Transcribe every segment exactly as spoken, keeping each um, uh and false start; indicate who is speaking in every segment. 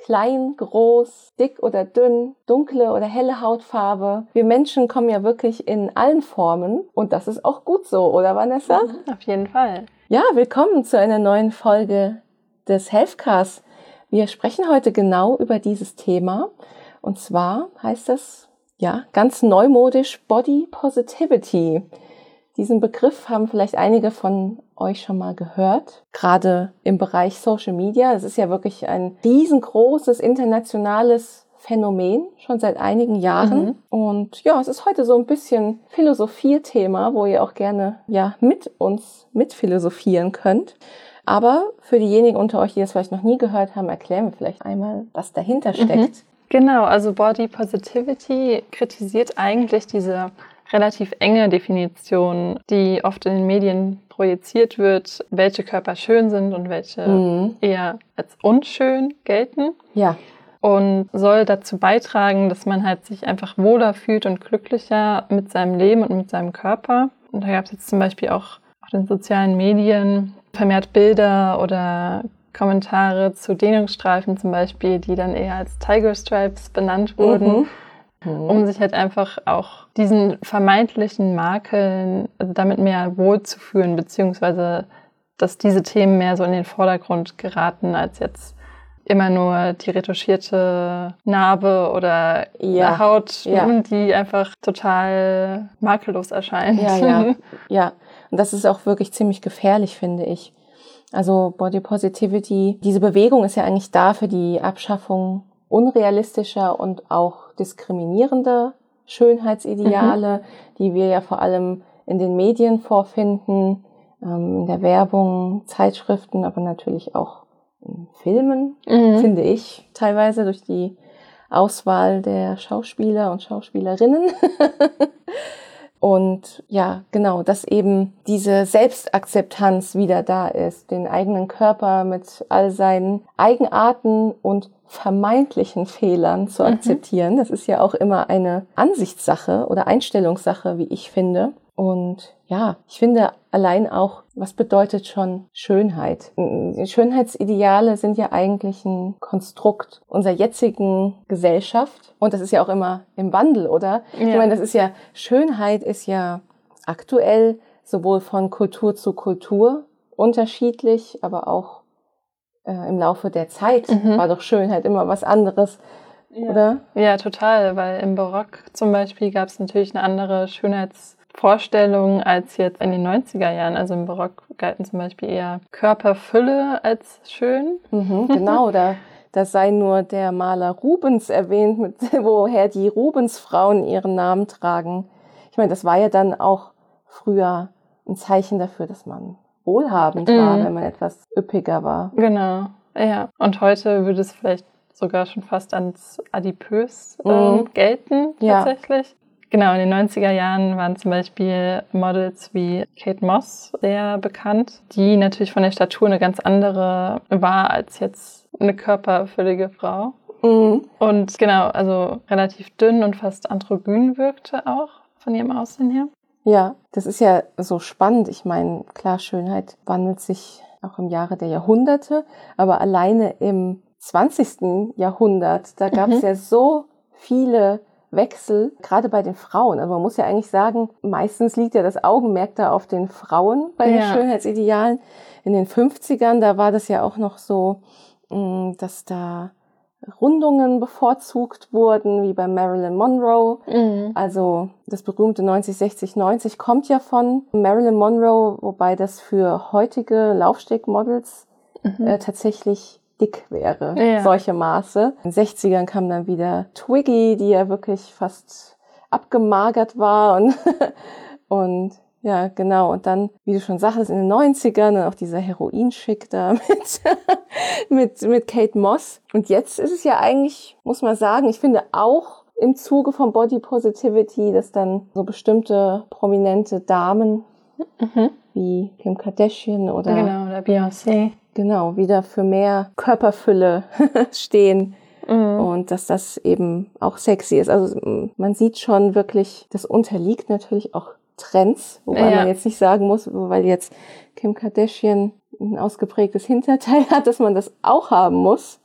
Speaker 1: klein, groß, dick oder dünn, dunkle oder helle Hautfarbe. Wir Menschen kommen ja wirklich in allen Formen und das ist auch gut so, oder Vanessa?
Speaker 2: Mhm, auf jeden Fall.
Speaker 1: Ja, willkommen zu einer neuen Folge des Healthcasts. Wir sprechen heute genau über dieses Thema und zwar heißt das, ja, ganz neumodisch Body Positivity. Diesen Begriff haben vielleicht einige von euch schon mal gehört, gerade im Bereich Social Media. Das ist ja wirklich ein riesengroßes internationales Phänomen, schon seit einigen Jahren. Mhm. Und ja, es ist heute so ein bisschen Philosophie-Thema, wo ihr auch gerne ja mit uns mitphilosophieren könnt. Aber für diejenigen unter euch, die das vielleicht noch nie gehört haben, erklären wir vielleicht einmal, was dahinter steckt.
Speaker 2: Mhm. Genau, also Body Positivity kritisiert eigentlich diese relativ enge Definition, die oft in den Medien projiziert wird, welche Körper schön sind und welche mhm. eher als unschön gelten.
Speaker 1: Ja.
Speaker 2: Und soll dazu beitragen, dass man halt sich einfach wohler fühlt und glücklicher mit seinem Leben und mit seinem Körper. Und da gab es jetzt zum Beispiel auch auf den sozialen Medien vermehrt Bilder oder Kommentare zu Dehnungsstreifen zum Beispiel, die dann eher als Tiger Stripes benannt wurden. Mhm. Um sich halt einfach auch diesen vermeintlichen Makeln, also damit mehr wohlzufühlen, beziehungsweise dass diese Themen mehr so in den Vordergrund geraten, als jetzt immer nur die retuschierte Narbe oder
Speaker 1: ja.
Speaker 2: Haut,
Speaker 1: ja.
Speaker 2: die einfach total makellos erscheint.
Speaker 1: Ja, ja, ja. Und das ist auch wirklich ziemlich gefährlich, finde ich. Also Body Positivity, diese Bewegung ist ja eigentlich da für die Abschaffung unrealistischer und auch diskriminierender Schönheitsideale, mhm. die wir ja vor allem in den Medien vorfinden, ähm, in der Werbung, Zeitschriften, aber natürlich auch in Filmen, mhm. finde ich, teilweise durch die Auswahl der Schauspieler und Schauspielerinnen. Und ja, genau, dass eben diese Selbstakzeptanz wieder da ist, den eigenen Körper mit all seinen Eigenarten und vermeintlichen Fehlern zu mhm. akzeptieren. Das ist ja auch immer eine Ansichtssache oder Einstellungssache, wie ich finde. Und ja, ich finde allein auch, was bedeutet schon Schönheit? Schönheitsideale sind ja eigentlich ein Konstrukt unserer jetzigen Gesellschaft. Und das ist ja auch immer im Wandel, oder? Ja. Ich meine, das ist ja, Schönheit ist ja aktuell sowohl von Kultur zu Kultur unterschiedlich, aber auch äh, im Laufe der Zeit mhm. war doch Schönheit immer was anderes.
Speaker 2: Ja.
Speaker 1: Oder?
Speaker 2: Ja, total, weil im Barock zum Beispiel gab es natürlich eine andere Schönheitsvorstellung als jetzt in den neunziger Jahren. Also im Barock galten zum Beispiel eher Körperfülle als schön.
Speaker 1: Mhm, genau, da, da sei nur der Maler Rubens erwähnt, mit, woher die Rubensfrauen ihren Namen tragen. Ich meine, das war ja dann auch früher ein Zeichen dafür, dass man wohlhabend mhm. war, wenn man etwas üppiger war.
Speaker 2: Genau, ja. Und heute würde es vielleicht sogar schon fast ans Adipös ähm, mm. gelten, tatsächlich. Ja. Genau, in den neunziger Jahren waren zum Beispiel Models wie Kate Moss sehr bekannt, die natürlich von der Statur eine ganz andere war als jetzt eine körperfüllige Frau. Mm. Und genau, also relativ dünn und fast androgyn wirkte auch von ihrem Aussehen her.
Speaker 1: Ja, das ist ja so spannend. Ich meine, klar, Schönheit wandelt sich auch im Jahre der Jahrhunderte, aber alleine im zwanzigsten Jahrhundert, da gab es mhm. ja so viele Wechsel, gerade bei den Frauen. Also man muss ja eigentlich sagen, meistens liegt ja das Augenmerk da auf den Frauen bei ja. den Schönheitsidealen. In den fünfzigern, da war das ja auch noch so, dass da Rundungen bevorzugt wurden, wie bei Marilyn Monroe. Mhm. Also das berühmte neunzig sechzig neunzig kommt ja von Marilyn Monroe, wobei das für heutige Laufstegmodels mhm. äh, tatsächlich dick wäre, ja. solche Maße. In den sechzigern kam dann wieder Twiggy, die ja wirklich fast abgemagert war und, und ja, genau. Und dann, wie du schon sagtest, in den neunzigern dann auch dieser Heroin-Schick da mit, mit, mit Kate Moss. Und jetzt ist es ja eigentlich, muss man sagen, ich finde auch im Zuge von Body Positivity, dass dann so bestimmte prominente Damen mhm. wie Kim Kardashian oder,
Speaker 2: genau, oder Beyoncé
Speaker 1: genau, wieder für mehr Körperfülle stehen. Mhm. Und dass das eben auch sexy ist. Also man sieht schon wirklich, das unterliegt natürlich auch Trends, wobei ja. man jetzt nicht sagen muss, weil jetzt Kim Kardashian ein ausgeprägtes Hinterteil hat, dass man das auch haben muss,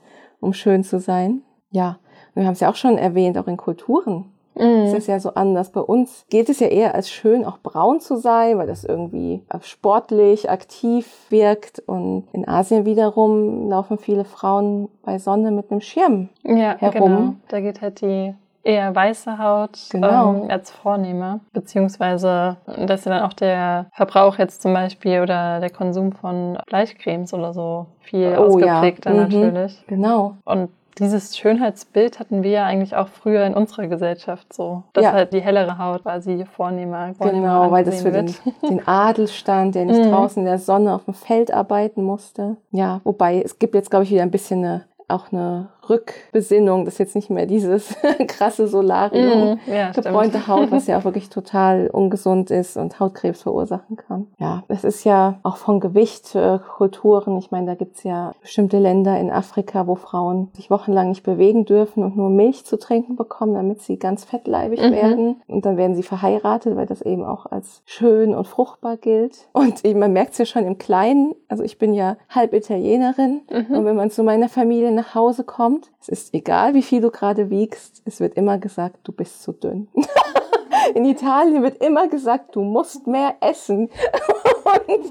Speaker 1: um schön zu sein. Ja, und wir haben es ja auch schon erwähnt, auch in Kulturen. Das ist ja so anders. Bei uns geht es ja eher als schön, auch braun zu sein, weil das irgendwie sportlich, aktiv wirkt. Und in Asien wiederum laufen viele Frauen bei Sonne mit einem Schirm
Speaker 2: ja,
Speaker 1: herum.
Speaker 2: Genau. Da geht halt die eher weiße Haut
Speaker 1: genau.
Speaker 2: ähm, als vornehmer. Beziehungsweise, dass ja dann auch der Verbrauch jetzt zum Beispiel oder der Konsum von Bleichcremes oder so viel
Speaker 1: oh,
Speaker 2: ausgeprägter
Speaker 1: ja.
Speaker 2: natürlich.
Speaker 1: Mhm. Genau.
Speaker 2: Und dieses Schönheitsbild hatten wir ja eigentlich auch früher in unserer Gesellschaft so, dass ja. halt die hellere Haut quasi vornehmer, vornehmer
Speaker 1: Genau, weil das für den, den Adelstand, der nicht draußen in der Sonne auf dem Feld arbeiten musste. Ja, wobei es gibt jetzt, glaube ich, wieder ein bisschen eine, auch eine Rückbesinnung, das ist jetzt nicht mehr dieses krasse Solarium,
Speaker 2: mm, ja,
Speaker 1: gebräunte Haut, was ja auch wirklich total ungesund ist und Hautkrebs verursachen kann. Ja, es ist ja auch von Gewicht, äh, Kulturen, ich meine, da gibt's ja bestimmte Länder in Afrika, wo Frauen sich wochenlang nicht bewegen dürfen und nur Milch zu trinken bekommen, damit sie ganz fettleibig mhm. werden. Und dann werden sie verheiratet, weil das eben auch als schön und fruchtbar gilt. Und eben, man merkt's ja schon im Kleinen, also ich bin ja halb Italienerin mhm. und wenn man zu meiner Familie nach Hause kommt, es ist egal, wie viel du gerade wiegst, es wird immer gesagt, du bist zu dünn. In Italien wird immer gesagt, du musst mehr essen. Und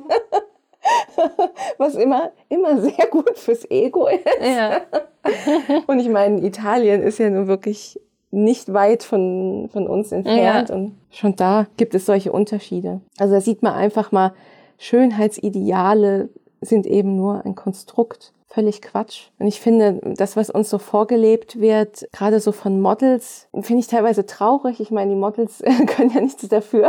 Speaker 1: was immer, immer sehr gut fürs Ego ist.
Speaker 2: Ja.
Speaker 1: Und ich meine, Italien ist ja nun wirklich nicht weit von, von uns entfernt. Ja. Und schon da gibt es solche Unterschiede. Also da sieht man einfach mal, Schönheitsideale sind eben nur ein Konstrukt. Völlig Quatsch. Und ich finde, das, was uns so vorgelebt wird, gerade so von Models, finde ich teilweise traurig. Ich meine, die Models können ja nichts dafür.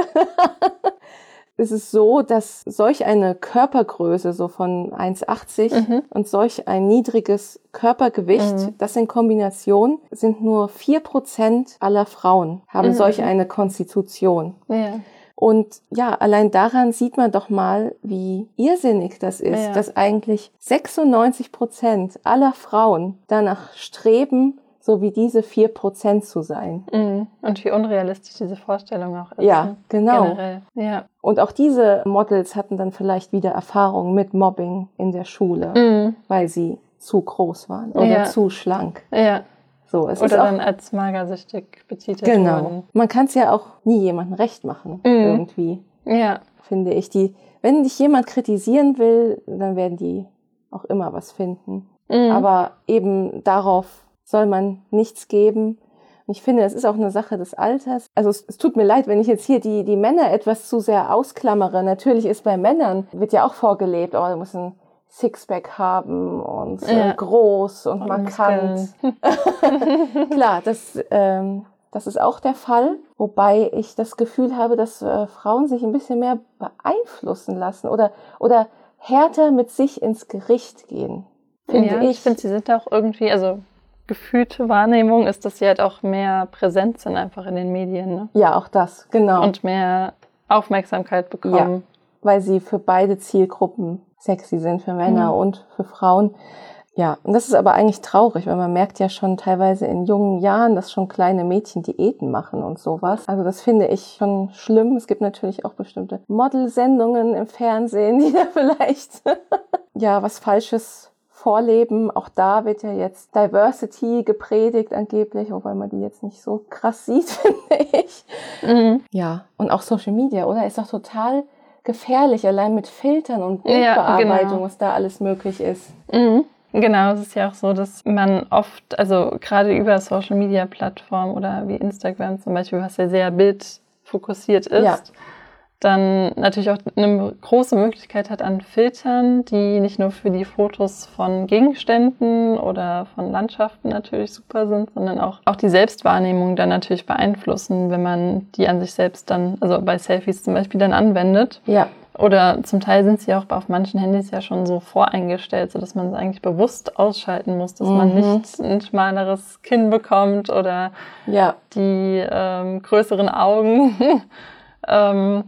Speaker 1: Es ist so, dass solch eine Körpergröße, so von eins Komma achtzig mhm. und solch ein niedriges Körpergewicht, mhm. das in Kombination sind nur vier Prozent aller Frauen, haben mhm. solch eine Konstitution.
Speaker 2: Ja.
Speaker 1: Und ja, allein daran sieht man doch mal, wie irrsinnig das ist, ja. dass eigentlich sechsundneunzig Prozent aller Frauen danach streben, so wie diese vier Prozent zu sein.
Speaker 2: Mhm. Und wie unrealistisch diese Vorstellung auch ist.
Speaker 1: Ja,
Speaker 2: ne?
Speaker 1: genau.
Speaker 2: Generell. Ja.
Speaker 1: Und auch diese Models hatten dann vielleicht wieder Erfahrungen mit Mobbing in der Schule,
Speaker 2: mhm.
Speaker 1: weil sie zu groß waren oder
Speaker 2: ja.
Speaker 1: zu schlank.
Speaker 2: Ja.
Speaker 1: So, es
Speaker 2: Oder
Speaker 1: ist auch,
Speaker 2: dann als magersüchtig betitelt
Speaker 1: genau.
Speaker 2: wurden.
Speaker 1: Man kann es ja auch nie jemandem recht machen,
Speaker 2: mhm.
Speaker 1: irgendwie.
Speaker 2: Ja.
Speaker 1: Finde ich. Die, wenn dich jemand kritisieren will, dann werden die auch immer was finden. Mhm. Aber eben darauf soll man nichts geben. Und ich finde, es ist auch eine Sache des Alters. Also es, es tut mir leid, wenn ich jetzt hier die, die Männer etwas zu sehr ausklammere. Natürlich ist bei Männern, wird ja auch vorgelebt, oh, du musst ein Sixpack haben und ja. äh, groß und, und markant. Klar, das, ähm, das ist auch der Fall. Wobei ich das Gefühl habe, dass äh, Frauen sich ein bisschen mehr beeinflussen lassen oder, oder härter mit sich ins Gericht gehen. Finde
Speaker 2: ja,
Speaker 1: ich.
Speaker 2: ich finde, sie sind auch irgendwie, also gefühlte Wahrnehmung ist, dass sie halt auch mehr präsent sind einfach in den Medien. Ne?
Speaker 1: Ja, auch das, genau.
Speaker 2: Und mehr Aufmerksamkeit bekommen.
Speaker 1: Ja, weil sie für beide Zielgruppen sexy sind, für Männer mhm. und für Frauen. Ja, und das ist aber eigentlich traurig, weil man merkt ja schon teilweise in jungen Jahren, dass schon kleine Mädchen Diäten machen und sowas. Also das finde ich schon schlimm. Es gibt natürlich auch bestimmte Modelsendungen im Fernsehen, die da vielleicht ja was Falsches vorleben. Auch da wird ja jetzt Diversity gepredigt angeblich, wobei man die jetzt nicht so krass sieht, finde ich. Mhm. Ja, und auch Social Media, oder? Ist doch total gefährlich, allein mit Filtern und Bildbearbeitung, ja, genau. was da alles möglich ist.
Speaker 2: Mhm. Genau, es ist ja auch so, dass man oft, also gerade über Social-Media-Plattformen oder wie Instagram zum Beispiel, was ja sehr bildfokussiert ist, ja. dann natürlich auch eine große Möglichkeit hat an Filtern, die nicht nur für die Fotos von Gegenständen oder von Landschaften natürlich super sind, sondern auch, auch die Selbstwahrnehmung dann natürlich beeinflussen, wenn man die an sich selbst dann, also bei Selfies zum Beispiel dann anwendet.
Speaker 1: Ja.
Speaker 2: Oder zum Teil sind sie auch auf manchen Handys ja schon so voreingestellt, sodass man es eigentlich bewusst ausschalten muss, dass mhm. man nicht ein schmaleres Kinn bekommt oder
Speaker 1: ja.
Speaker 2: die ähm, größeren Augen. ähm,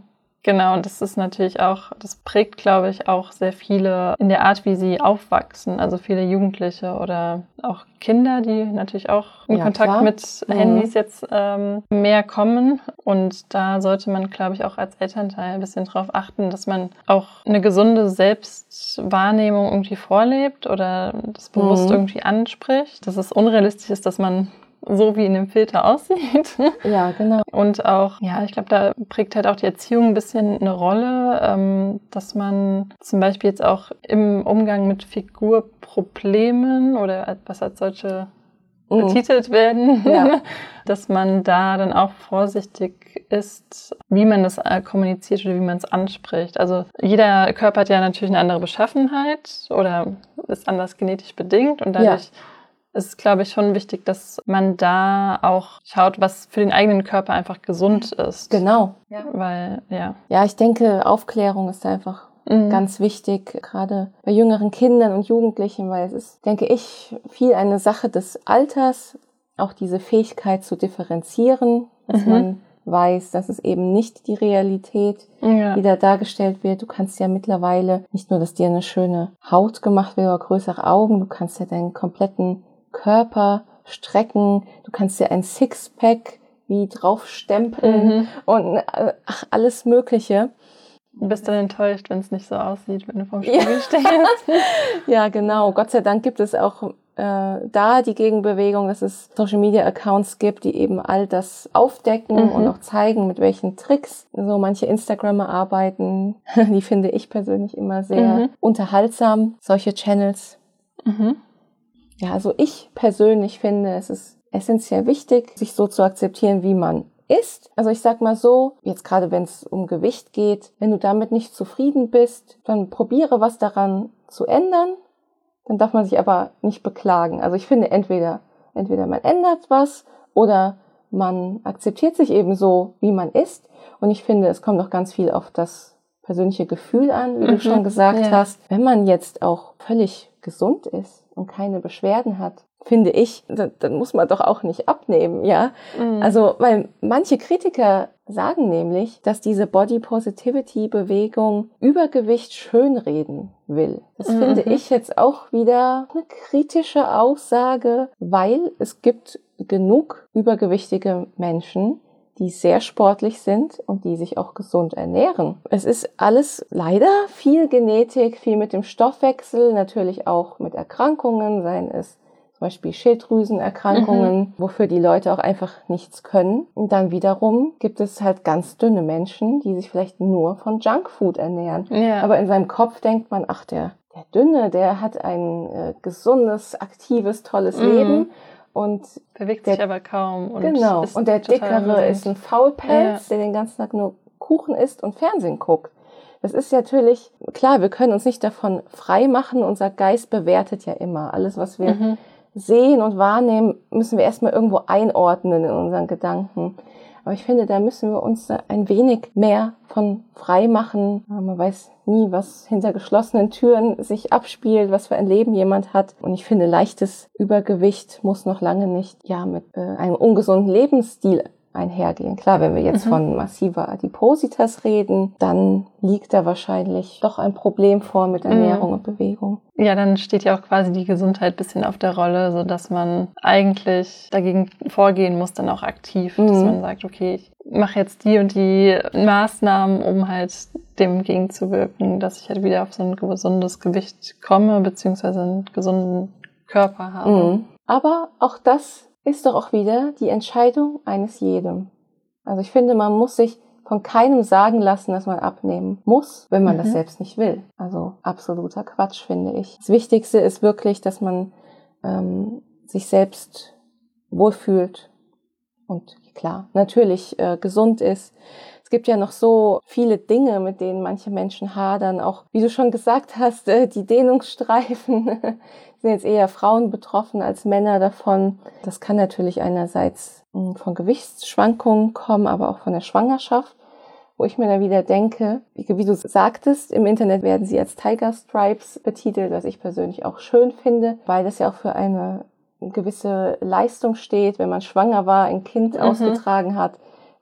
Speaker 2: Genau, und das ist natürlich auch, das prägt, glaube ich, auch sehr viele in der Art, wie sie aufwachsen. Also viele Jugendliche oder auch Kinder, die natürlich auch in
Speaker 1: Ja,
Speaker 2: Kontakt
Speaker 1: klar.
Speaker 2: mit
Speaker 1: Mhm.
Speaker 2: Handys jetzt ähm, mehr kommen. Und da sollte man, glaube ich, auch als Elternteil ein bisschen drauf achten, dass man auch eine gesunde Selbstwahrnehmung irgendwie vorlebt oder das bewusst
Speaker 1: Mhm.
Speaker 2: irgendwie anspricht. Dass es unrealistisch ist, dass man so wie in dem Filter aussieht.
Speaker 1: Ja, genau.
Speaker 2: Und auch, ja, ich glaube, da prägt halt auch die Erziehung ein bisschen eine Rolle, ähm, dass man zum Beispiel jetzt auch im Umgang mit Figurproblemen oder was als solche
Speaker 1: Mhm.
Speaker 2: betitelt werden,
Speaker 1: Ja.
Speaker 2: dass man da dann auch vorsichtig ist, wie man das äh, kommuniziert oder wie man es anspricht. Also jeder Körper hat ja natürlich eine andere Beschaffenheit oder ist anders genetisch bedingt und dadurch es ist, glaube ich, schon wichtig, dass man da auch schaut, was für den eigenen Körper einfach gesund ist.
Speaker 1: Genau.
Speaker 2: Ja. Weil, ja.
Speaker 1: Ja, ich denke, Aufklärung ist einfach
Speaker 2: Mhm.
Speaker 1: ganz wichtig, gerade bei jüngeren Kindern und Jugendlichen, weil es ist, denke ich, viel eine Sache des Alters, auch diese Fähigkeit zu differenzieren, dass
Speaker 2: Mhm.
Speaker 1: man weiß, dass es eben nicht die Realität,
Speaker 2: Ja.
Speaker 1: die da dargestellt wird. Du kannst ja mittlerweile nicht nur, dass dir eine schöne Haut gemacht wird oder größere Augen, du kannst ja deinen kompletten Körper strecken, du kannst dir ein Sixpack wie draufstempeln
Speaker 2: Mhm.
Speaker 1: und äh, ach, alles Mögliche.
Speaker 2: Du bist dann enttäuscht, wenn es nicht so aussieht, wenn du vorm Spiegel
Speaker 1: Ja.
Speaker 2: stehst.
Speaker 1: Ja, genau. Gott sei Dank gibt es auch äh, da die Gegenbewegung, dass es Social-Media-Accounts gibt, die eben all das aufdecken
Speaker 2: Mhm.
Speaker 1: und auch zeigen, mit welchen Tricks so manche Instagrammer arbeiten. Die finde ich persönlich immer sehr
Speaker 2: Mhm.
Speaker 1: unterhaltsam, solche Channels.
Speaker 2: Mhm.
Speaker 1: Ja, also ich persönlich finde, es ist essentiell wichtig, sich so zu akzeptieren, wie man ist. Also ich sag mal so, jetzt gerade wenn es um Gewicht geht, wenn du damit nicht zufrieden bist, dann probiere was daran zu ändern. Dann darf man sich aber nicht beklagen. Also ich finde entweder, entweder man ändert was oder man akzeptiert sich eben so, wie man ist. Und ich finde, es kommt auch ganz viel auf das persönliche Gefühl an, wie
Speaker 2: Mhm.
Speaker 1: du schon gesagt
Speaker 2: Ja.
Speaker 1: hast. Wenn man jetzt auch völlig gesund ist und keine Beschwerden hat, finde ich, dann, dann muss man doch auch nicht abnehmen, ja.
Speaker 2: Mhm.
Speaker 1: Also, weil manche Kritiker sagen nämlich, dass diese Body Positivity Bewegung Übergewicht schönreden will. Das
Speaker 2: Mhm.
Speaker 1: finde ich jetzt auch wieder eine kritische Aussage, weil es gibt genug übergewichtige Menschen, die sehr sportlich sind und die sich auch gesund ernähren. Es ist alles leider viel Genetik, viel mit dem Stoffwechsel, natürlich auch mit Erkrankungen, seien es zum Beispiel Schilddrüsenerkrankungen, mhm. wofür die Leute auch einfach nichts können. Und dann wiederum gibt es halt ganz dünne Menschen, die sich vielleicht nur von Junkfood ernähren.
Speaker 2: Ja.
Speaker 1: Aber in seinem Kopf denkt man, ach, der, der Dünne, der hat ein äh, gesundes, aktives, tolles
Speaker 2: Mhm.
Speaker 1: Leben. Und
Speaker 2: bewegt
Speaker 1: der,
Speaker 2: sich aber kaum. Und
Speaker 1: genau.
Speaker 2: ist
Speaker 1: Und der
Speaker 2: total
Speaker 1: Dickere
Speaker 2: gesund.
Speaker 1: ist ein Faulpelz,
Speaker 2: Ja.
Speaker 1: der den ganzen Tag nur Kuchen isst und Fernsehen guckt. Das ist natürlich, klar, wir können uns nicht davon frei machen. Unser Geist bewertet ja immer. Alles, was wir
Speaker 2: Mhm.
Speaker 1: sehen und wahrnehmen, müssen wir erstmal irgendwo einordnen in unseren Gedanken. Aber ich finde, da müssen wir uns ein wenig mehr von frei machen. Man weiß nie, was hinter geschlossenen Türen sich abspielt, was für ein Leben jemand hat. Und ich finde, leichtes Übergewicht muss noch lange nicht ja mit äh, einem ungesunden Lebensstil einhergehen. Klar, wenn wir jetzt
Speaker 2: Mhm.
Speaker 1: von massiver Adipositas reden, dann liegt da wahrscheinlich doch ein Problem vor mit Ernährung
Speaker 2: Mhm.
Speaker 1: und Bewegung.
Speaker 2: Ja, dann steht ja auch quasi die Gesundheit ein bisschen auf der Rolle, so dass man eigentlich dagegen vorgehen muss, dann auch aktiv,
Speaker 1: Mhm.
Speaker 2: dass man sagt, okay, ich mache jetzt die und die Maßnahmen, um halt dem entgegenzuwirken, dass ich halt wieder auf so ein gesundes Gewicht komme, beziehungsweise einen gesunden Körper habe.
Speaker 1: Mhm. Aber auch das ist doch auch wieder die Entscheidung eines jedem. Also ich finde, man muss sich von keinem sagen lassen, dass man abnehmen muss, wenn man
Speaker 2: Mhm.
Speaker 1: das selbst nicht will. Also absoluter Quatsch, finde ich. Das Wichtigste ist wirklich, dass man ähm, sich selbst wohlfühlt und klar, natürlich äh, gesund ist. Es gibt ja noch so viele Dinge, mit denen manche Menschen hadern. Auch, wie du schon gesagt hast, äh, die Dehnungsstreifen sind jetzt eher Frauen betroffen als Männer davon. Das kann natürlich einerseits mh, von Gewichtsschwankungen kommen, aber auch von der Schwangerschaft, wo ich mir dann wieder denke, wie, wie du sagtest, im Internet werden sie als Tiger Stripes betitelt, was ich persönlich auch schön finde, weil das ja auch für eine gewisse Leistung steht, wenn man schwanger war, ein Kind
Speaker 2: Mhm.
Speaker 1: ausgetragen hat.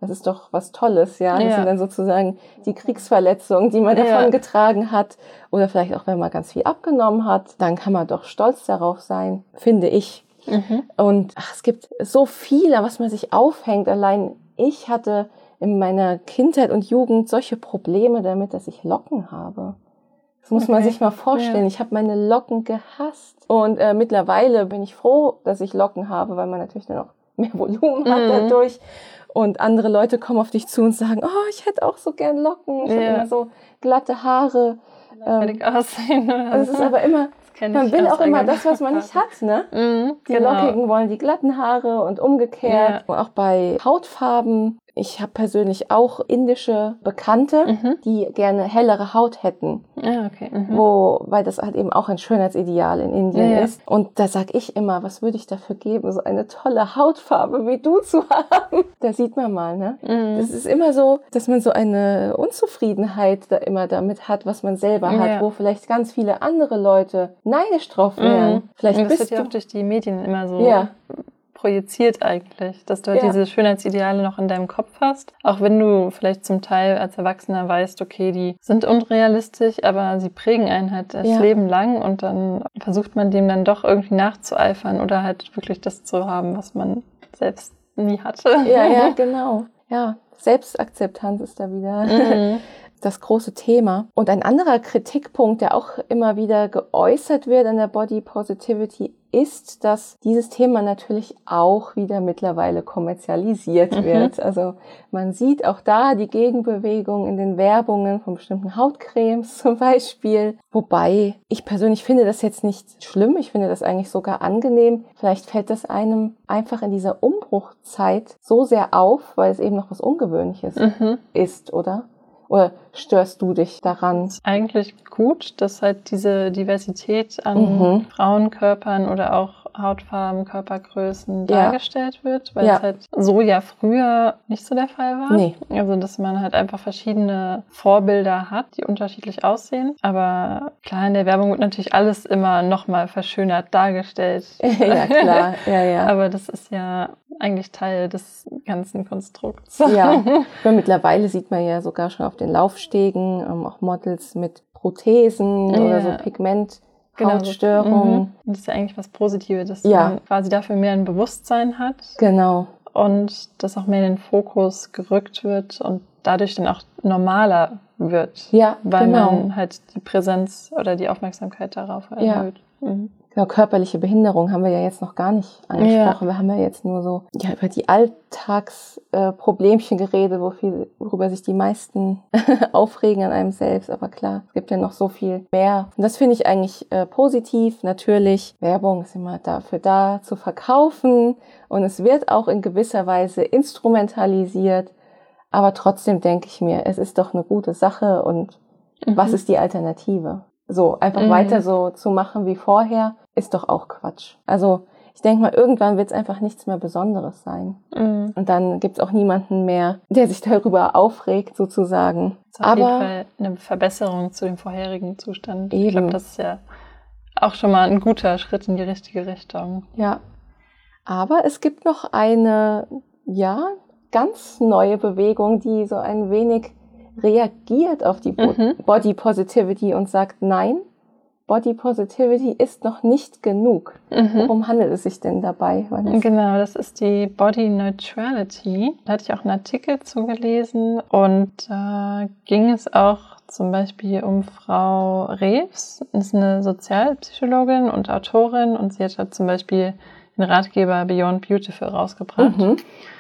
Speaker 1: das ist doch was Tolles, ja. Das
Speaker 2: Ja.
Speaker 1: sind dann sozusagen die Kriegsverletzungen, die man davon
Speaker 2: Ja.
Speaker 1: getragen hat. Oder vielleicht auch, wenn man ganz viel abgenommen hat, dann kann man doch stolz darauf sein, finde ich.
Speaker 2: Mhm.
Speaker 1: Und ach, es gibt so viel, an was man sich aufhängt. Allein ich hatte in meiner Kindheit und Jugend solche Probleme damit, dass ich Locken habe. Das muss man
Speaker 2: Okay.
Speaker 1: sich mal vorstellen.
Speaker 2: Ja.
Speaker 1: Ich habe meine Locken gehasst. Und äh, mittlerweile bin ich froh, dass ich Locken habe, weil man natürlich dann auch mehr Volumen hat
Speaker 2: Mhm.
Speaker 1: dadurch. Und andere Leute kommen auf dich zu und sagen, oh, ich hätte auch so gern Locken. Ich
Speaker 2: Ja.
Speaker 1: habe immer so glatte Haare.
Speaker 2: Fertig
Speaker 1: Ähm,
Speaker 2: aussehen oder
Speaker 1: also es ist aber immer,
Speaker 2: Das kenn
Speaker 1: man
Speaker 2: ich
Speaker 1: will
Speaker 2: aus
Speaker 1: auch immer
Speaker 2: eigener
Speaker 1: das, was man nicht
Speaker 2: Erfahrung.
Speaker 1: hat, ne?
Speaker 2: Mhm,
Speaker 1: Die
Speaker 2: genau.
Speaker 1: Lockigen wollen die glatten Haare und umgekehrt. Und auch bei Hautfarben. Ich habe persönlich auch indische Bekannte,
Speaker 2: Mhm.
Speaker 1: die gerne hellere Haut hätten.
Speaker 2: Ja, okay. Mhm.
Speaker 1: Wo, weil das halt eben auch ein Schönheitsideal in Indien
Speaker 2: Ja, ja.
Speaker 1: ist. Und da sag ich immer, was würde ich dafür geben, so eine tolle Hautfarbe wie du zu haben. Da sieht man mal, ne?
Speaker 2: Mhm.
Speaker 1: Das ist immer so, dass man so eine Unzufriedenheit da immer damit hat, was man selber hat,
Speaker 2: Ja.
Speaker 1: wo vielleicht ganz viele andere Leute neidisch drauf wären.
Speaker 2: Mhm.
Speaker 1: Vielleicht
Speaker 2: Und das
Speaker 1: bist
Speaker 2: wird ja
Speaker 1: du...
Speaker 2: auch durch die Medien immer so
Speaker 1: Ja.
Speaker 2: projiziert eigentlich, dass du halt
Speaker 1: Ja.
Speaker 2: diese Schönheitsideale noch in deinem Kopf hast. Auch wenn du vielleicht zum Teil als Erwachsener weißt, okay, die sind unrealistisch, aber sie prägen einen halt das
Speaker 1: Ja.
Speaker 2: Leben lang und dann versucht man dem dann doch irgendwie nachzueifern oder halt wirklich das zu haben, was man selbst nie hatte.
Speaker 1: Ja, ja, genau. Ja, Selbstakzeptanz ist da wieder
Speaker 2: Mhm.
Speaker 1: das große Thema. Und ein anderer Kritikpunkt, der auch immer wieder geäußert wird an der Body Positivity, ist, dass dieses Thema natürlich auch wieder mittlerweile kommerzialisiert
Speaker 2: Mhm.
Speaker 1: wird. Also man sieht auch da die Gegenbewegung in den Werbungen von bestimmten Hautcremes zum Beispiel. Wobei ich persönlich finde das jetzt nicht schlimm. Ich finde das eigentlich sogar angenehm. Vielleicht fällt das einem einfach in dieser Umbruchzeit so sehr auf, weil es eben noch was Ungewöhnliches
Speaker 2: Mhm.
Speaker 1: ist, oder? Oder störst du dich daran?
Speaker 2: Ist eigentlich gut, dass halt diese Diversität an
Speaker 1: Mhm.
Speaker 2: Frauenkörpern oder auch Hautfarben, Körpergrößen
Speaker 1: Ja.
Speaker 2: dargestellt wird, weil
Speaker 1: Ja.
Speaker 2: es halt so ja früher nicht so der Fall war.
Speaker 1: Nee.
Speaker 2: Also, dass man halt einfach verschiedene Vorbilder hat, die unterschiedlich aussehen. Aber klar, in der Werbung wird natürlich alles immer nochmal verschönert dargestellt.
Speaker 1: Ja, klar. Ja, ja.
Speaker 2: Aber das ist ja eigentlich Teil des ganzen Konstrukts.
Speaker 1: Ja, aber mittlerweile sieht man ja sogar schon auf den Laufstegen ähm, auch Models mit Prothesen
Speaker 2: Ja.
Speaker 1: oder so Pigment.
Speaker 2: Genau, so-
Speaker 1: Hautstörungen.
Speaker 2: Mhm. Und das ist ja eigentlich was Positives, dass
Speaker 1: Ja.
Speaker 2: man quasi dafür mehr ein Bewusstsein hat
Speaker 1: Genau.
Speaker 2: und dass auch mehr in den Fokus gerückt wird und dadurch dann auch normaler wird,
Speaker 1: Ja,
Speaker 2: weil
Speaker 1: genau.
Speaker 2: man halt die Präsenz oder die Aufmerksamkeit darauf
Speaker 1: Ja.
Speaker 2: erhöht. Mhm.
Speaker 1: Genau, körperliche Behinderung haben wir ja jetzt noch gar nicht angesprochen. Wir haben ja jetzt nur so ja, über die Alltagsproblemchen äh, geredet, wo viel, worüber sich die meisten aufregen an einem selbst. Aber klar, es gibt ja noch so viel mehr. Und das finde ich eigentlich äh, positiv. Natürlich, Werbung ist immer dafür da, zu verkaufen. Und es wird auch in gewisser Weise instrumentalisiert. Aber trotzdem denke ich mir, es ist doch eine gute Sache. Und
Speaker 2: Mhm.
Speaker 1: was ist die Alternative? So, einfach
Speaker 2: Mhm.
Speaker 1: weiter so zu machen wie vorher, ist doch auch Quatsch. Also ich denke mal, irgendwann wird es einfach nichts mehr Besonderes sein.
Speaker 2: Mhm.
Speaker 1: Und dann gibt es auch niemanden mehr, der sich darüber aufregt, sozusagen.
Speaker 2: Das ist auf jeden
Speaker 1: Aber
Speaker 2: Fall eine Verbesserung zu dem vorherigen Zustand. Ich
Speaker 1: Eben.
Speaker 2: glaube, das ist ja auch schon mal ein guter Schritt in die richtige Richtung.
Speaker 1: ja, aber es gibt noch eine, ja, ganz neue Bewegung, die so ein wenig reagiert auf die Bo-
Speaker 2: Mhm.
Speaker 1: Body Positivity und sagt, nein, Body Positivity ist noch nicht genug.
Speaker 2: Mhm.
Speaker 1: Worum handelt es sich denn dabei? Vanessa?
Speaker 2: Genau, das ist die Body Neutrality. Da hatte ich auch einen Artikel zugelesen und da ging es auch zum Beispiel um Frau Reeves. Das ist eine Sozialpsychologin und Autorin und sie hat halt zum Beispiel den Ratgeber Beyond Beautiful rausgebracht.
Speaker 1: Mhm.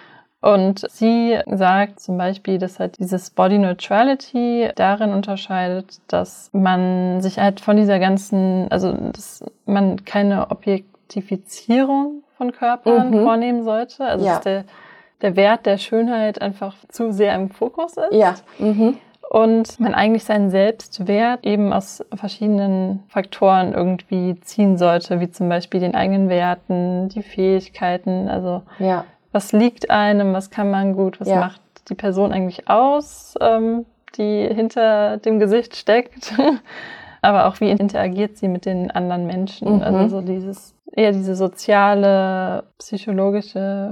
Speaker 2: Und sie sagt zum Beispiel, dass halt dieses Body Neutrality darin unterscheidet, dass man sich halt von dieser ganzen, also dass man keine Objektifizierung von Körpern
Speaker 1: Mhm.
Speaker 2: vornehmen sollte. Also
Speaker 1: Ja.
Speaker 2: dass der, der Wert der Schönheit einfach zu sehr im Fokus ist.
Speaker 1: Ja. Mhm.
Speaker 2: Und man eigentlich seinen Selbstwert eben aus verschiedenen Faktoren irgendwie ziehen sollte, wie zum Beispiel den eigenen Werten, die Fähigkeiten, also
Speaker 1: Ja.
Speaker 2: was liegt einem, was kann man gut, was
Speaker 1: Ja.
Speaker 2: macht die Person eigentlich aus, ähm, die hinter dem Gesicht steckt, aber auch wie interagiert sie mit den anderen Menschen.
Speaker 1: Mhm.
Speaker 2: Also so dieses eher diese soziale, psychologische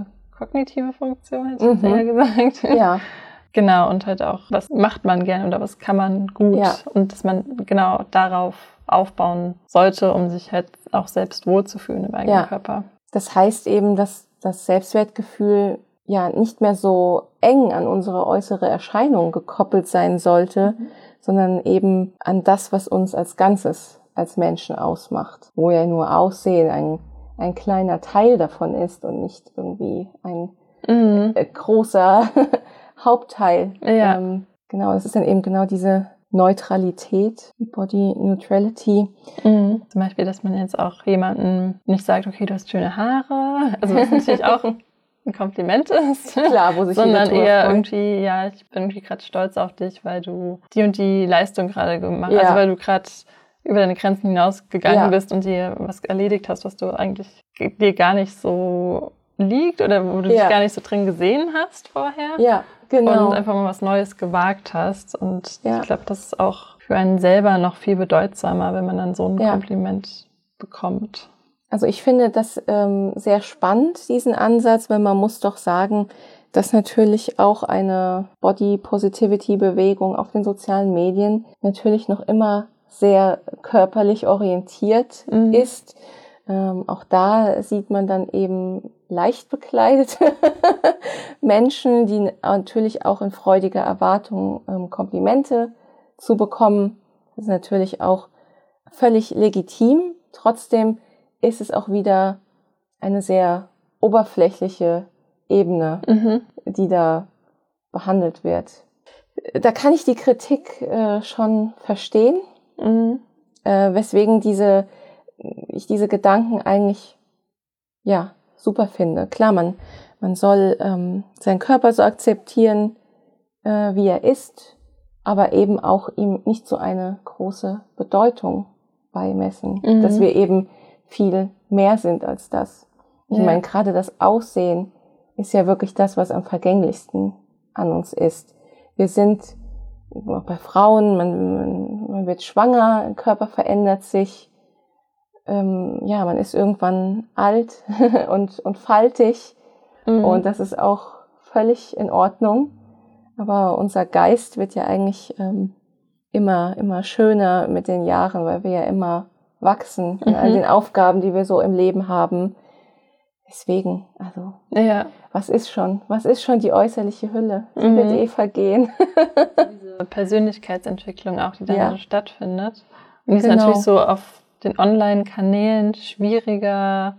Speaker 2: kognitive Funktion, hätte ich
Speaker 1: Mhm.
Speaker 2: eher gesagt.
Speaker 1: Ja,
Speaker 2: Genau, und halt auch, was macht man gerne oder was kann man gut
Speaker 1: Ja.
Speaker 2: und dass man genau darauf aufbauen sollte, um sich halt auch selbst wohlzufühlen im eigenen
Speaker 1: Ja.
Speaker 2: Körper.
Speaker 1: das heißt eben, dass das Selbstwertgefühl ja nicht mehr so eng an unsere äußere Erscheinung gekoppelt sein sollte,
Speaker 2: Mhm.
Speaker 1: sondern eben an das, was uns als Ganzes, als Menschen ausmacht, wo ja nur Aussehen ein, ein kleiner Teil davon ist und nicht irgendwie ein
Speaker 2: Mhm.
Speaker 1: äh, großer Hauptteil.
Speaker 2: Ja.
Speaker 1: Ähm, genau, das ist dann eben genau diese Neutralität, Body Neutrality.
Speaker 2: Mhm. Zum Beispiel, dass man jetzt auch jemandem nicht sagt, okay, du hast schöne Haare, also was natürlich auch ein Kompliment ist,
Speaker 1: Klar, wo sich jeder
Speaker 2: sondern
Speaker 1: drüber
Speaker 2: eher
Speaker 1: freut.
Speaker 2: irgendwie, ja, ich bin irgendwie gerade stolz auf dich, weil du die und die Leistung gerade gemacht hast,
Speaker 1: Ja.
Speaker 2: also weil du gerade über deine Grenzen hinausgegangen
Speaker 1: Ja.
Speaker 2: bist und dir was erledigt hast, was du eigentlich dir gar nicht so liegt oder wo du
Speaker 1: Ja.
Speaker 2: dich gar nicht so drin gesehen hast vorher.
Speaker 1: Ja, genau.
Speaker 2: Und einfach mal was Neues gewagt hast. Und
Speaker 1: Ja.
Speaker 2: ich glaube, das ist auch für einen selber noch viel bedeutsamer, wenn man dann so ein
Speaker 1: Ja.
Speaker 2: Kompliment bekommt.
Speaker 1: Also ich finde das ähm, sehr spannend, diesen Ansatz, weil man muss doch sagen, dass natürlich auch eine Body-Positivity-Bewegung auf den sozialen Medien natürlich noch immer sehr körperlich orientiert
Speaker 2: Mhm.
Speaker 1: ist. Ähm, auch da sieht man dann eben leicht bekleidete Menschen, die natürlich auch in freudiger Erwartung ähm, Komplimente zu bekommen. Das ist natürlich auch völlig legitim. Trotzdem ist es auch wieder eine sehr oberflächliche Ebene,
Speaker 2: Mhm.
Speaker 1: die da behandelt wird. Da kann ich die Kritik äh, schon verstehen,
Speaker 2: Mhm.
Speaker 1: äh, weswegen diese, ich diese Gedanken eigentlich ja super finde. Klar, man, man soll ähm, seinen Körper so akzeptieren, äh, wie er ist, aber eben auch ihm nicht so eine große Bedeutung beimessen,
Speaker 2: Mhm.
Speaker 1: dass wir eben viel mehr sind als das. Ich
Speaker 2: Ja.
Speaker 1: meine, gerade das Aussehen ist ja wirklich das, was am vergänglichsten an uns ist. Wir sind auch bei Frauen, man, man, man wird schwanger, der Körper verändert sich. Ähm, ja, man ist irgendwann alt und, und faltig.
Speaker 2: Mhm.
Speaker 1: Und das ist auch völlig in Ordnung. Aber unser Geist wird ja eigentlich ähm, immer, immer schöner mit den Jahren, weil wir ja immer wachsen in all
Speaker 2: Mhm.
Speaker 1: den Aufgaben, die wir so im Leben haben. Deswegen, also,
Speaker 2: Ja.
Speaker 1: was ist schon? Was ist schon die äußerliche Hülle? Sie
Speaker 2: Mhm.
Speaker 1: wird eh vergehen.
Speaker 2: Diese Persönlichkeitsentwicklung auch, die dann
Speaker 1: Ja.
Speaker 2: stattfindet. Und die ist
Speaker 1: Genau.
Speaker 2: natürlich so auf den Online-Kanälen schwieriger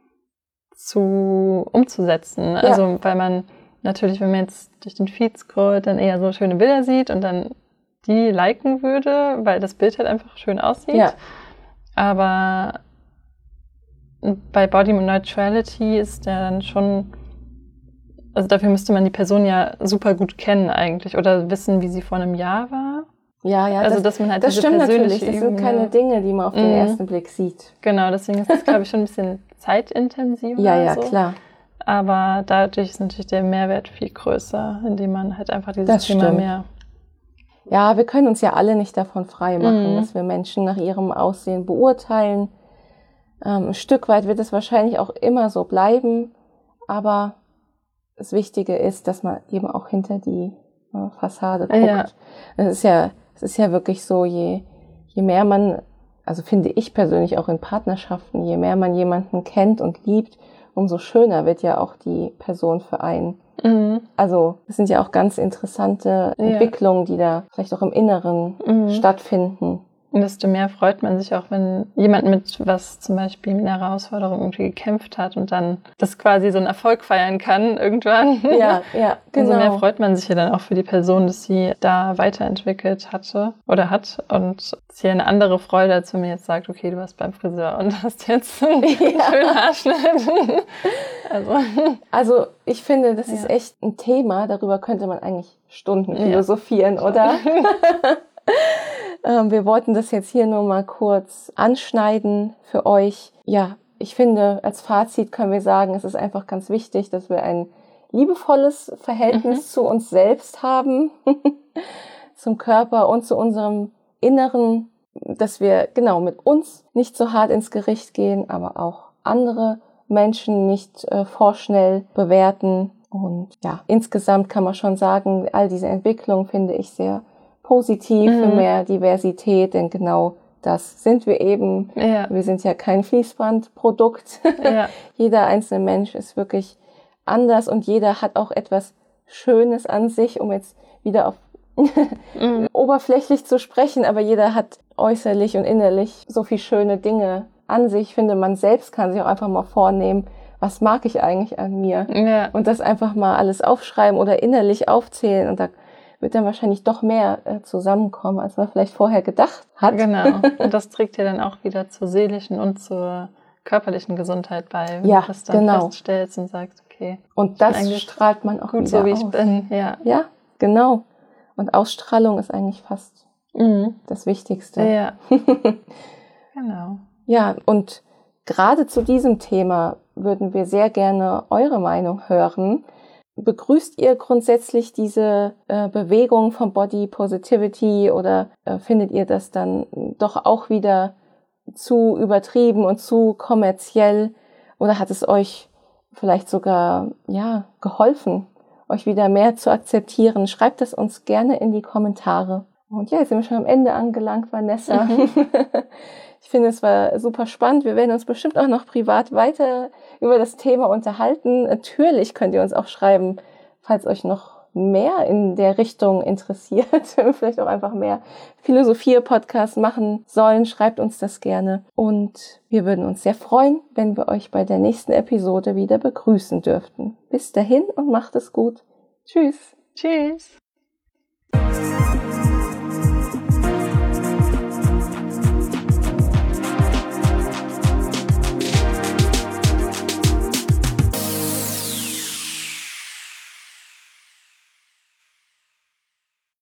Speaker 2: zu umzusetzen. Also weil man natürlich, wenn man jetzt durch den Feed scrollt, dann eher so schöne Bilder sieht und dann die liken würde, weil das Bild halt einfach schön aussieht.
Speaker 1: Ja.
Speaker 2: Aber bei Body Neutrality ist der dann schon, also dafür müsste man die Person ja super gut kennen eigentlich oder wissen, wie sie vor einem Jahr war.
Speaker 1: Ja, ja,
Speaker 2: Also
Speaker 1: das,
Speaker 2: dass man halt
Speaker 1: das
Speaker 2: diese
Speaker 1: stimmt natürlich.
Speaker 2: persönliche
Speaker 1: Das sind
Speaker 2: Ebene-
Speaker 1: keine Dinge, die man auf den
Speaker 2: Mhm.
Speaker 1: ersten Blick sieht.
Speaker 2: Genau, deswegen ist das, glaube ich, schon ein bisschen zeitintensiver.
Speaker 1: Ja, ja,
Speaker 2: so.
Speaker 1: klar.
Speaker 2: Aber dadurch ist natürlich der Mehrwert viel größer, indem man halt einfach dieses
Speaker 1: Das
Speaker 2: Thema
Speaker 1: stimmt.
Speaker 2: mehr...
Speaker 1: Ja, wir können uns ja alle nicht davon frei machen,
Speaker 2: Mhm.
Speaker 1: dass wir Menschen nach ihrem Aussehen beurteilen. Ähm, ein Stück weit wird es wahrscheinlich auch immer so bleiben, aber das Wichtige ist, dass man eben auch hinter die äh, Fassade guckt.
Speaker 2: Ja.
Speaker 1: Es ist ja, es ist ja wirklich so, je, je mehr man, also finde ich persönlich auch in Partnerschaften, je mehr man jemanden kennt und liebt, umso schöner wird ja auch die Person für einen.
Speaker 2: Mhm.
Speaker 1: Also es sind ja auch ganz interessante
Speaker 2: Ja.
Speaker 1: Entwicklungen, die da vielleicht auch im Inneren
Speaker 2: Mhm.
Speaker 1: stattfinden.
Speaker 2: Und desto mehr freut man sich auch, wenn jemand mit was zum Beispiel mit einer Herausforderung irgendwie gekämpft hat und dann das quasi so einen Erfolg feiern kann irgendwann.
Speaker 1: Ja, ja,
Speaker 2: Umso mehr
Speaker 1: genau.
Speaker 2: freut man sich ja dann auch für die Person, dass sie da weiterentwickelt hatte oder hat. Und es ist ja eine andere Freude, als wenn man jetzt sagt, okay, du warst beim Friseur und hast jetzt einen schönen Haarschnitt. Also,
Speaker 1: Also ich finde, das
Speaker 2: Ja.
Speaker 1: ist echt ein Thema, darüber könnte man eigentlich Stunden
Speaker 2: Ja.
Speaker 1: philosophieren, oder? ähm, wir wollten das jetzt hier nur mal kurz anschneiden für euch. Ja, ich finde, als Fazit können wir sagen, es ist einfach ganz wichtig, dass wir ein liebevolles Verhältnis
Speaker 2: Mhm.
Speaker 1: zu uns selbst haben, zum Körper und zu unserem Inneren, dass wir genau mit uns nicht so hart ins Gericht gehen, aber auch andere Menschen, nicht äh, vorschnell bewerten. Und ja, insgesamt kann man schon sagen, all diese Entwicklung finde ich sehr positiv mhm. für mehr Diversität, denn genau das sind wir eben. Ja. Wir sind ja kein Fließbandprodukt. Ja. Jeder einzelne Mensch ist wirklich anders und jeder hat auch etwas Schönes an sich, um jetzt wieder auf mhm. oberflächlich zu sprechen, aber jeder hat äußerlich und innerlich so viel schöne Dinge an sich. Ich finde, man selbst kann sich auch einfach mal vornehmen, was mag ich eigentlich an mir? Ja. Und das einfach mal alles aufschreiben oder innerlich aufzählen und da wird dann wahrscheinlich doch mehr äh, zusammenkommen, als man vielleicht vorher gedacht hat.
Speaker 2: Genau. Und das trägt ja dann auch wieder zur seelischen und zur körperlichen Gesundheit bei, wenn
Speaker 1: ja,
Speaker 2: du das dann
Speaker 1: genau.
Speaker 2: feststellst und sagst, okay.
Speaker 1: Und das strahlt man auch
Speaker 2: gut,
Speaker 1: wieder
Speaker 2: so wie
Speaker 1: aus.
Speaker 2: ich bin. Ja.
Speaker 1: Ja, genau. Und Ausstrahlung ist eigentlich fast mhm. das Wichtigste.
Speaker 2: Ja. Genau.
Speaker 1: Ja, und gerade zu diesem Thema würden wir sehr gerne eure Meinung hören. Begrüßt ihr grundsätzlich diese äh, Bewegung von Body Positivity oder äh, findet ihr das dann doch auch wieder zu übertrieben und zu kommerziell? Oder hat es euch vielleicht sogar ja geholfen, euch wieder mehr zu akzeptieren? Schreibt es uns gerne in die Kommentare. Und ja, jetzt sind wir schon am Ende angelangt, Vanessa. Mhm. Ich finde, es war super spannend. Wir werden uns bestimmt auch noch privat weiter über das Thema unterhalten. Natürlich könnt ihr uns auch schreiben, falls euch noch mehr in der Richtung interessiert, wenn wir vielleicht auch einfach mehr Philosophie-Podcasts machen sollen. Schreibt uns das gerne. Und wir würden uns sehr freuen, wenn wir euch bei der nächsten Episode wieder begrüßen dürften. Bis dahin und macht es gut. Tschüss.
Speaker 2: Tschüss.